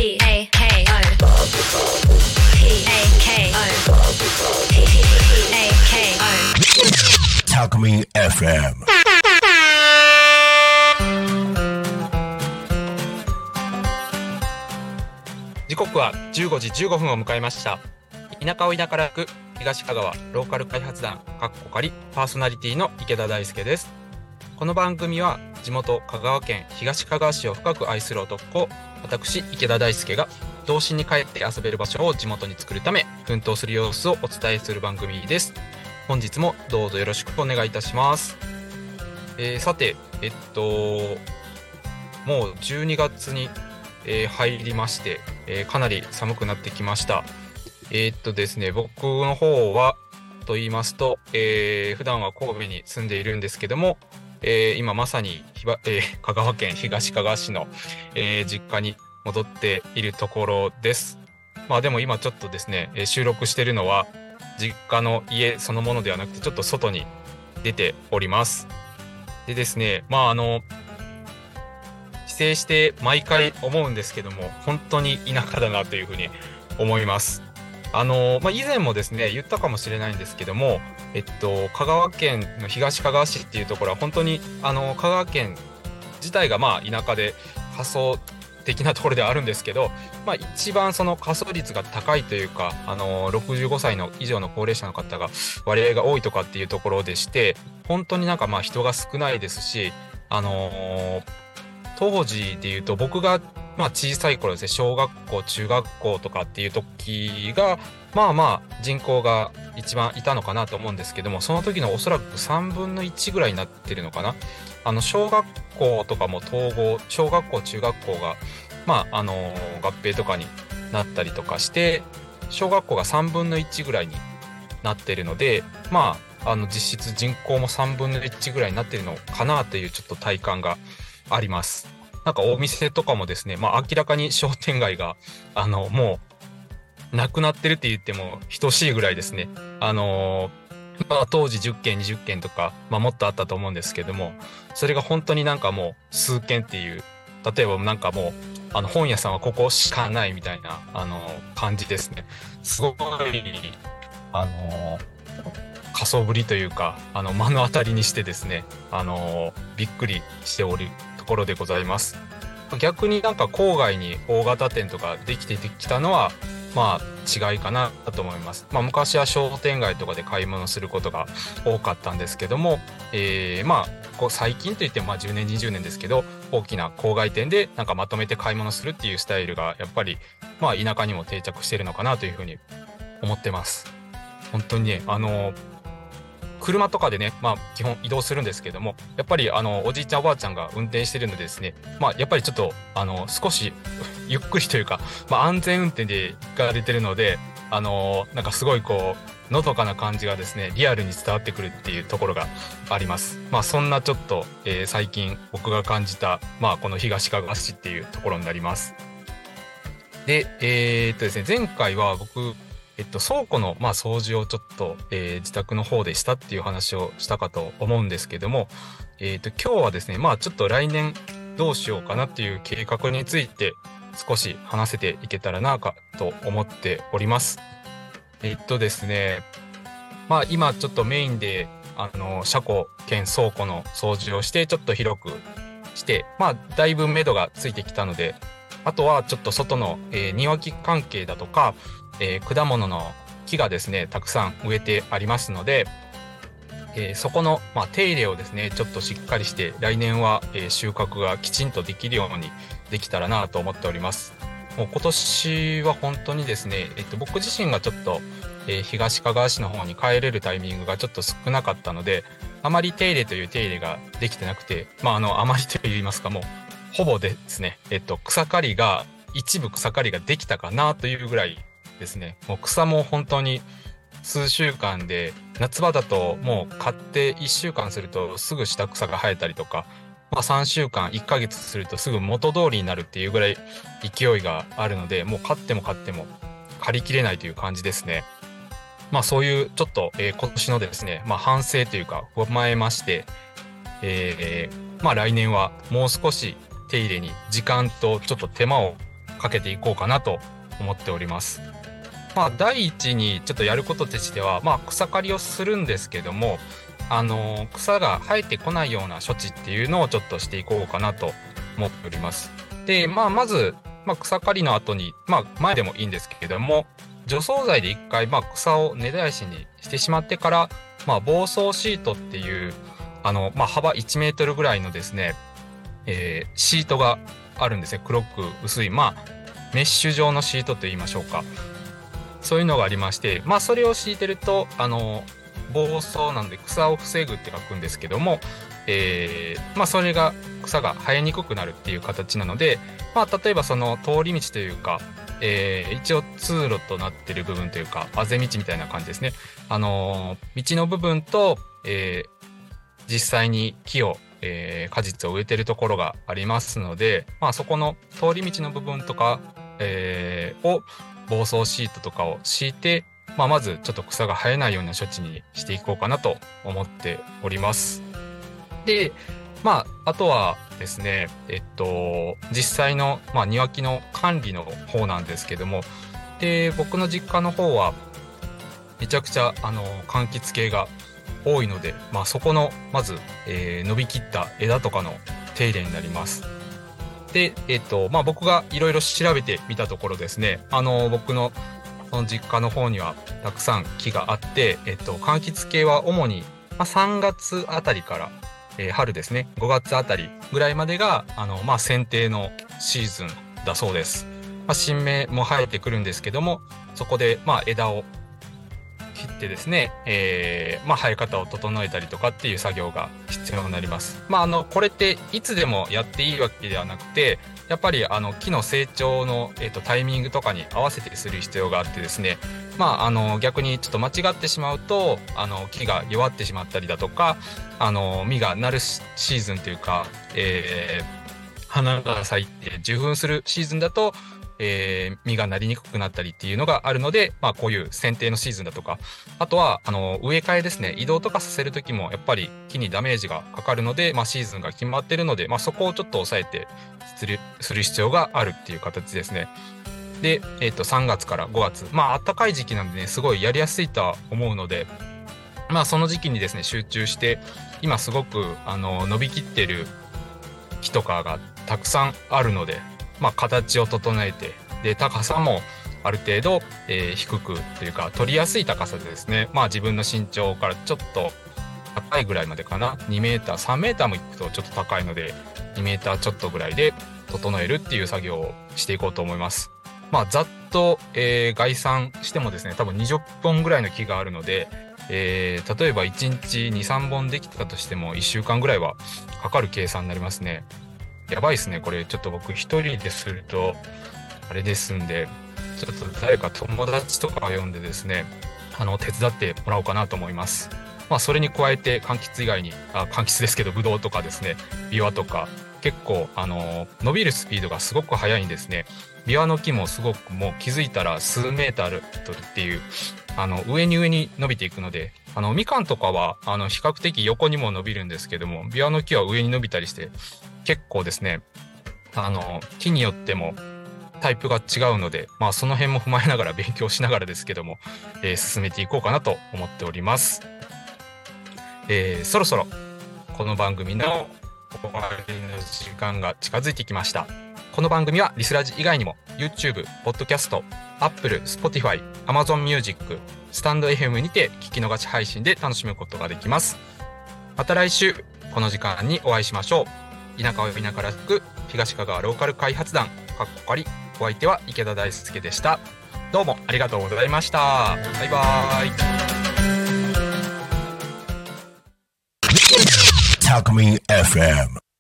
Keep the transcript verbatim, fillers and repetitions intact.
P A K O P A K O P A K O タクミン エフエム。 時刻はじゅうごじじゅうごふんを迎えました。田舎を田舎らく東香川ローカル開発団かっこかりパーソナリティの池田大輔です。この番組は地元香川県東香川市を深く愛する男、私池田大輔が童心に帰って遊べる場所を地元に作るため奮闘する様子をお伝えする番組です。本日もどうぞよろしくお願いいたします。えー、さてえっともうじゅうにがつに、えー、入りまして、えー、かなり寒くなってきました。えー、っとですね僕の方はと言いますと、えー、普段は神戸に住んでいるんですけども、えー、今まさにひば、えー、香川県東香川市の、えー、実家に戻っているところです。まあでも今ちょっとですね、えー、収録しているのは実家の家そのものではなくてちょっと外に出ております。でですねまああの帰省して毎回思うんですけども本当に田舎だなというふうに思います。あのまあ、以前もですね言ったかもしれないんですけども、えっと、香川県の東香川市っていうところは本当にあの香川県自体がまあ田舎で過疎的なところではあるんですけど、まあ、一番その過疎率が高いというかあのろくじゅうごさいの以上の高齢者の方が割合が多いとかっていうところでして本当になんかまあ人が少ないですし、あのー、当時でいうと僕がまあ小さい頃ですね小学校中学校とかっていう時がまあまあ人口が一番いたのかなと思うんですけどもその時のおそらくさんぶんのいちぐらいになってるのかな。あの小学校とかも統合小学校中学校がまああの合併とかになったりとかして小学校がさんぶんのいちぐらいになってるのでまああの実質人口もさんぶんのいちぐらいになってるのかなというちょっと体感があります。なんかお店とかもですね、まあ、明らかに商店街があのもうなくなってるって言っても等しいぐらいですね。あのーまあ、当時じゅっけんにじゅっけんとか、まあ、もっとあったと思うんですけどもそれが本当になんかもう数軒っていう例えばなんかもうあの本屋さんはここしかないみたいな、あのー感じですね。すごいあのー過疎ぶりというかあの目の当たりにしてですね、あのーびっくりしておるところでございます。逆になんか郊外に大型店とかできてきたのはまあ違いかなと思います。まあ、昔は商店街とかで買い物することが多かったんですけども、えー、まあこう最近といってもまあじゅうねんにじゅうねんですけど大きな郊外店でなんかまとめて買い物するっていうスタイルがやっぱりまあ田舎にも定着してるのかなというふうに思ってます。本当にねあの車とかでね、まあ基本移動するんですけども、やっぱりあのおじいちゃんおばあちゃんが運転してるのでですね、まあやっぱりちょっとあの少しゆっくりというか、まあ安全運転で行かれてるので、あのなんかすごいこうのどかな感じがですね、リアルに伝わってくるっていうところがあります。まあそんなちょっと、えー、最近僕が感じたまあこの東かがわ市っていうところになります。で、えー、っとですね、前回は僕えっと、倉庫の、まあ、掃除をちょっと、えー、自宅の方でしたっていう話をしたかと思うんですけども、えっと、今日はですね、まあ、ちょっと来年どうしようかなっていう計画について少し話せていけたらなかと思っております。えっとですね、まあ、今ちょっとメインで、あの、車庫兼倉庫の掃除をしてちょっと広くして、まあ、だいぶ目処がついてきたので、あとはちょっと外の、えー、庭木関係だとか、えー、果物の木がですねたくさん植えてありますので、えー、そこの、まあ、手入れをですねちょっとしっかりして来年は、えー、収穫がきちんとできるようにできたらなと思っております。もう今年は本当にですね、えっと、僕自身がちょっと、えー、東かがわ市の方に帰れるタイミングがちょっと少なかったのであまり手入れという手入れができてなくて、まああのあまりと言いますかもうほぼですね、えっと、草刈りが一部草刈りができたかなというぐらいですね。もう草も本当に数週間で夏場だともう買っていっしゅうかんするとすぐ下草が生えたりとか、まあ、さんしゅうかんいっかげつするとすぐ元通りになるっていうぐらい勢いがあるのでもう買っても買っても刈りきれないという感じですね。まあそういうちょっと、えー、今年のですね、まあ、反省というか踏まえまして、えー、まあ来年はもう少し手入れに時間とちょっと手間をかけていこうかなと思っております。まあ、第一にちょっとやることとしては、まあ、草刈りをするんですけども、あの草が生えてこないような処置っていうのをちょっとしていこうかなと思っております。で、まあ、まず、まあ、草刈りの後に、まあ、前でもいいんですけれども、除草剤で一回、まあ、草を根絶やしにしてしまってから、まあ、防草シートっていう、あの、まあ、幅いちメートルぐらいのですね、えー、シートがあるんですね。黒く薄い、まあ、メッシュ状のシートと言いましょうか。そういうのがありまして、まあ、それを敷いてると、あの、防草なんで草を防ぐって書くんですけども、えー、まあそれが草が生えにくくなるっていう形なので、まあ例えばその通り道というか、えー、一応通路となってる部分というか、あぜ道みたいな感じですね。あのー、道の部分と、えー、実際に木を、えー、果実を植えてるところがありますので、まあそこの通り道の部分とか、えー、を防草シートとかを敷いて、まあ、まずちょっと草が生えないような処置にしていこうかなと思っております。で、まあ、あとはですね、えっと、実際の、まあ、庭木の管理の方なんですけども、で、僕の実家の方は、めちゃくちゃ、あの、柑橘系が多いので、まあ、そこの、まず、えー、伸びきった枝とかの手入れになります。で、えっと、まあ、僕がいろいろ調べてみたところですね、あの、僕のその実家の方にはたくさん木があって、えっと、柑橘系は主に、まあ、さんがつあたりから、えー、春ですね、ごがつあたりぐらいまでが、あの、まあ、剪定のシーズンだそうです。まあ、新芽も生えてくるんですけども、そこで、まあ、枝を切ってですね、えー、まあ、生え方を整えたりとかっていう作業が必要になります。まあ、あの、これっていつでもやっていいわけではなくて、やっぱりあの木の成長の、えーと、タイミングとかに合わせてする必要があってですね、まあ、あの逆にちょっと間違ってしまうとあの木が弱ってしまったりだとか、あの実がなるシーズンというか、えー、花が咲いて受粉するシーズンだと、えー、実がなりにくくなったりっていうのがあるので、まあ、こういう剪定のシーズンだとか、あとはあの植え替えですね、移動とかさせる時もやっぱり木にダメージがかかるので、まあ、シーズンが決まってるので、まあ、そこをちょっと抑えてする、する必要があるっていう形ですね。で、えー、とさんがつからごがつ、まあ暖かい時期なんでね、すごいやりやすいとは思うので、まあその時期にですね集中して、今すごくあの伸びきってる木とかがたくさんあるので、まあ形を整えて、で高さもある程度、えー、低くというか取りやすい高さでですね、まあ自分の身長からちょっと高いぐらいまでかな、にメーターさんメーターもいくとちょっと高いのでにメーターちょっとぐらいで整えるっていう作業をしていこうと思います。まあざっと、えー、概算してもですね、多分にじゅっぽんぐらいの木があるので、えー、例えばいちにちに、さんぼんできたとしてもいっしゅうかんぐらいはかかる計算になりますね。やばいですね、これちょっと僕一人でするとあれですんで、ちょっと誰か友達とかを呼んでですね、あの手伝ってもらおうかなと思います。まあそれに加えて柑橘以外に、あ、柑橘ですけどブドウとかですね、ビワとか結構あの伸びるスピードがすごく速いんですね。ビワの木もすごくもう気づいたら数メーターっていう、あの上に上に伸びていくので、あのみかんとかはあの比較的横にも伸びるんですけども、ビワの木は上に伸びたりして結構ですね、あの木によってもタイプが違うので、まあその辺も踏まえながら勉強しながらですけども、えー、進めていこうかなと思っております。えー、そろそろこの番組の終わりの時間が近づいてきました。この番組はリスラジ以外にも YouTube、Podcast、Apple、Spotify、Amazon Music、スタンド エフエム にて聞き逃し配信で楽しむことができます。また来週この時間にお会いしましょう。田舎を田舎らしく東かがわローカル開発団かっこかり、お相手は池田大輔でした。どうもありがとうございました。バイバイ。 タクミン エフエム